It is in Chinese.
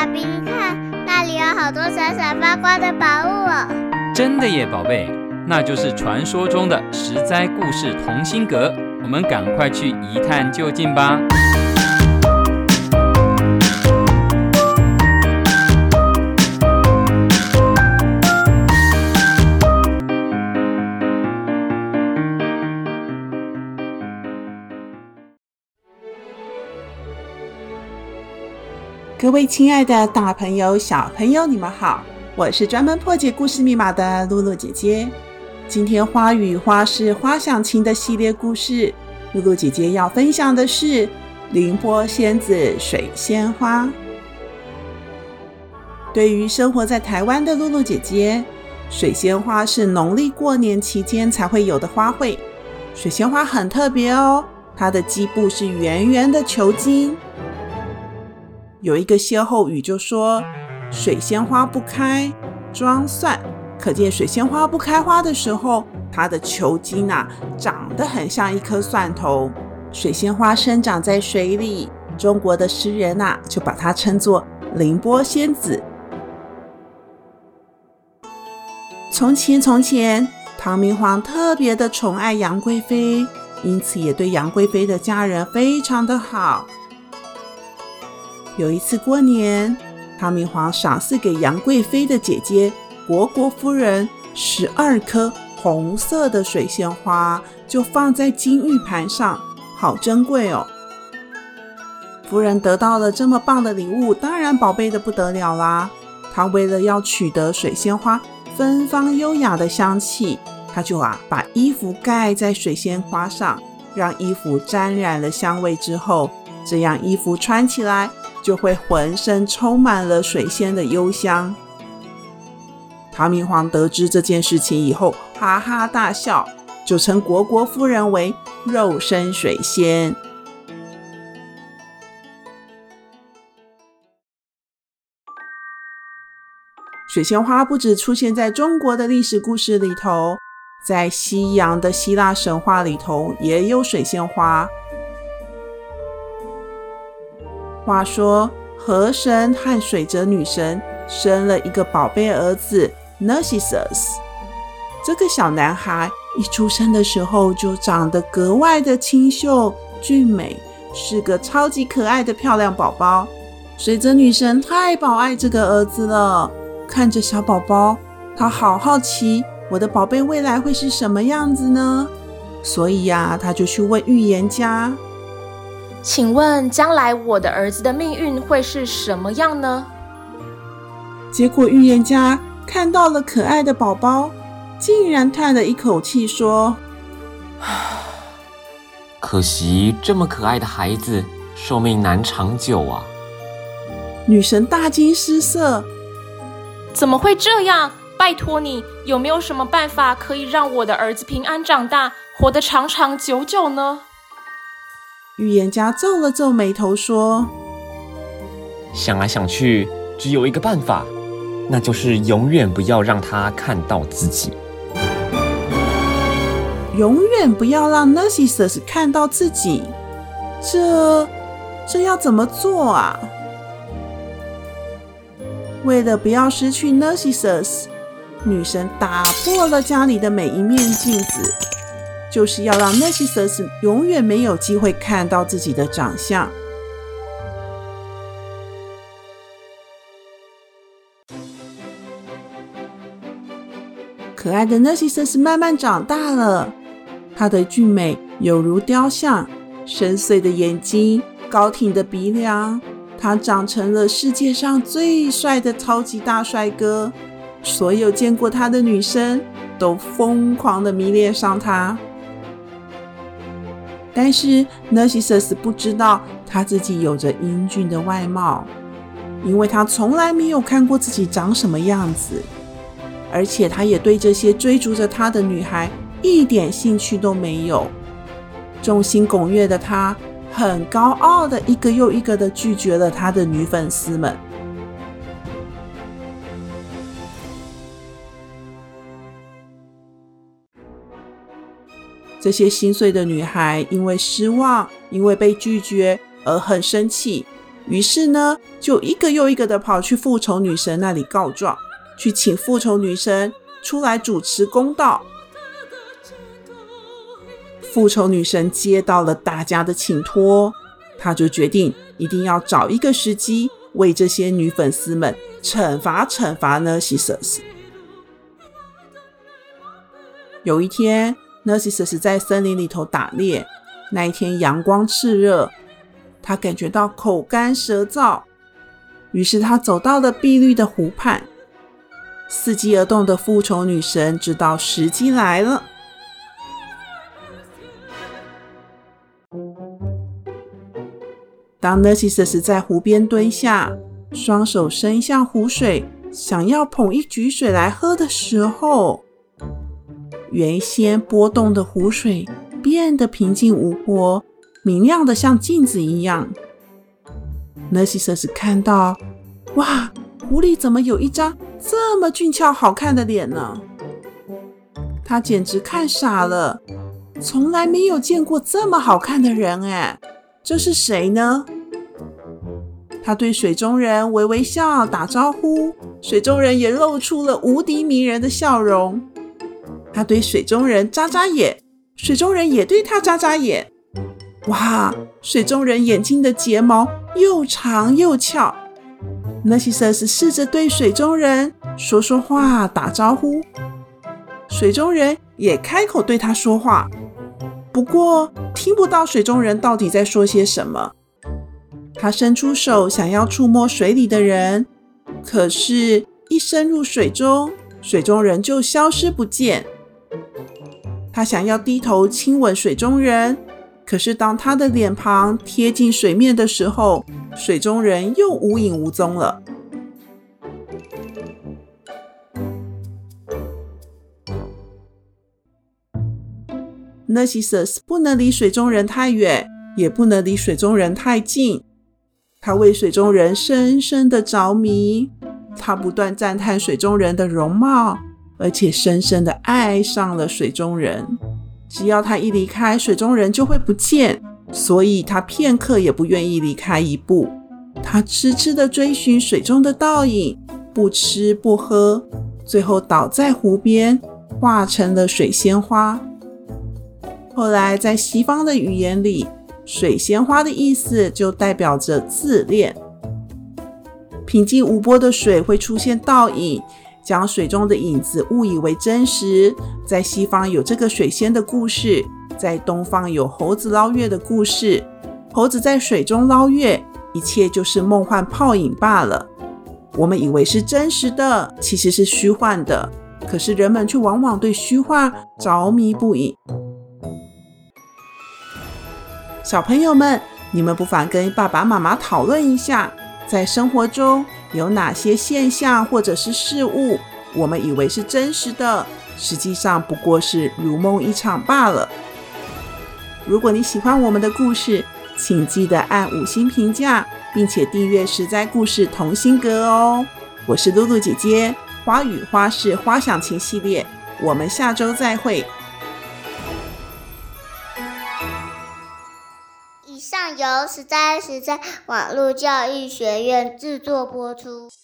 爸比，你看那里有好多闪闪发光的宝物哦。 真的耶，宝贝，那就是传说中的十灾故事同心阁，我们赶快去一探究竟吧。 各位亲爱的大朋友小朋友，你们好，我是专门破解故事密码的露露姐姐。今天花语花是花想情的系列故事，露露姐姐要分享的是凌波仙子水仙花。对于生活在台湾的露露姐姐，水仙花是农历过年期间才会有的花卉。水仙花很特别哦，它的基部是圆圆的球茎。有一个歇后语就说水仙花不开装蒜，可见水仙花不开花的时候，它的球茎长得很像一颗蒜头。水仙花生长在水里，中国的诗人就把它称作凌波仙子。从前唐明皇特别的宠爱杨贵妃，因此也对杨贵妃的家人非常的好。有一次过年，唐明皇赏赐给杨贵妃的姐姐虢国夫人12颗红色的水仙花，就放在金玉盘上，好珍贵哦。夫人得到了这么棒的礼物，当然宝贝的不得了啦。她为了要取得水仙花芬芳优雅的香气，她就把衣服盖在水仙花上，让衣服沾染了香味之后，这样衣服穿起来就会浑身充满了水仙的幽香。唐明皇得知这件事情以后，哈哈大笑，就称虢国夫人为肉身水仙。水仙花不只出现在中国的历史故事里头，在西洋的希腊神话里头也有水仙花。话说河神和水泽女神生了一个宝贝儿子 Narcissus。 这个小男孩一出生的时候就长得格外的清秀俊美，是个超级可爱的漂亮宝宝。水泽女神太宝爱这个儿子了，看着小宝宝，她好好奇我的宝贝未来会是什么样子呢？所以她就去问预言家， 请问将来我的儿子的命运会是什么样呢？ 结果预言家看到了可爱的宝宝，竟然叹了一口气说， 可惜这么可爱的孩子寿命难长久啊。 女神大惊失色， 怎么会这样？拜托你，有没有什么办法可以让我的儿子平安长大，活得长长久久呢？ 预言家皱了皱眉头说， 想来想去，只有一个办法，那就是永远不要让他看到自己。 永远不要让 Narcissus 看到自己，这要怎么做啊？为了不要失去 Narcissus， 女神打破了家里的每一面镜子，就是要让 Narcissus 永远没有机会看到自己的长相。可爱的 Narcissus 慢慢长大了，她的俊美有如雕像，深邃的眼睛，高挺的鼻梁，他长成了世界上最帅的超级大帅哥，所有见过他的女生都疯狂地迷恋上他。但是 Narcissus 不知道他自己有着英俊的外貌，因为他从来没有看过自己长什么样子，而且他也对这些追逐着他的女孩一点兴趣都没有。众星拱月的他很高傲的一个又一个的拒绝了他的女粉丝们。这些心碎的女孩因为失望，因为被拒绝而很生气， 于是呢，就一个又一个的跑去复仇女神那里告状，去请复仇女神出来主持公道。复仇女神接到了大家的请托，她就决定一定要找一个时机为这些女粉丝们惩罚 Narcissus。 有一天 Narcissus 在森林里头打猎，那一天阳光炽热，他感觉到口干舌燥，于是他走到了碧绿的湖畔。伺机而动的复仇女神知道时机来了，当 Narcissus 在湖边蹲下，双手伸向湖水，想要捧一举水来喝的时候，原先波动的湖水变得平静无波，明亮的像镜子一样。 Narcissus 看到，哇，湖里怎么有一张这么俊俏好看的脸呢？他简直看傻了，从来没有见过这么好看的人耶，这是谁呢？他对水中人微微笑打招呼，水中人也露出了无敌迷人的笑容。他对水中人眨眨眼，水中人也对他眨眨眼。哇，水中人眼睛的睫毛又长又翘。Narcissus 试着对水中人说说话打招呼，水中人也开口对他说话，不过听不到水中人到底在说些什么。他伸出手想要触摸水里的人，可是一伸入水中，水中人就消失不见。他想要低头亲吻水中人，可是当他的脸庞贴近水面的时候，水中人又无影无踪了。Narcissus 不能离水中人太远，也不能离水中人太近。他为水中人深深的着迷，他不断赞叹水中人的容貌，而且深深的爱上了水中人。只要他一离开，水中人就会不见，所以他片刻也不愿意离开一步。他痴痴地追寻水中的倒影，不吃不喝，最后倒在湖边，化成了水仙花。后来在西方的语言里，水仙花的意思就代表着自恋。平静无波的水会出现倒影，将水中的影子误以为真实。在西方有这个水仙的故事，在东方有猴子捞月的故事。猴子在水中捞月，一切就是梦幻泡影罢了。我们以为是真实的，其实是虚幻的，可是人们却往往对虚幻着迷不已。小朋友们，你们不妨跟爸爸妈妈讨论一下，在生活中有哪些现象或者是事物，我们以为是真实的，实际上不过是如梦一场罢了。如果你喜欢我们的故事，请记得按5星评价，并且订阅实在故事同心阁哦。我是露露姐姐，花语花事花想情系列，我们下周再会。 以上由实在网络教育学院制作播出。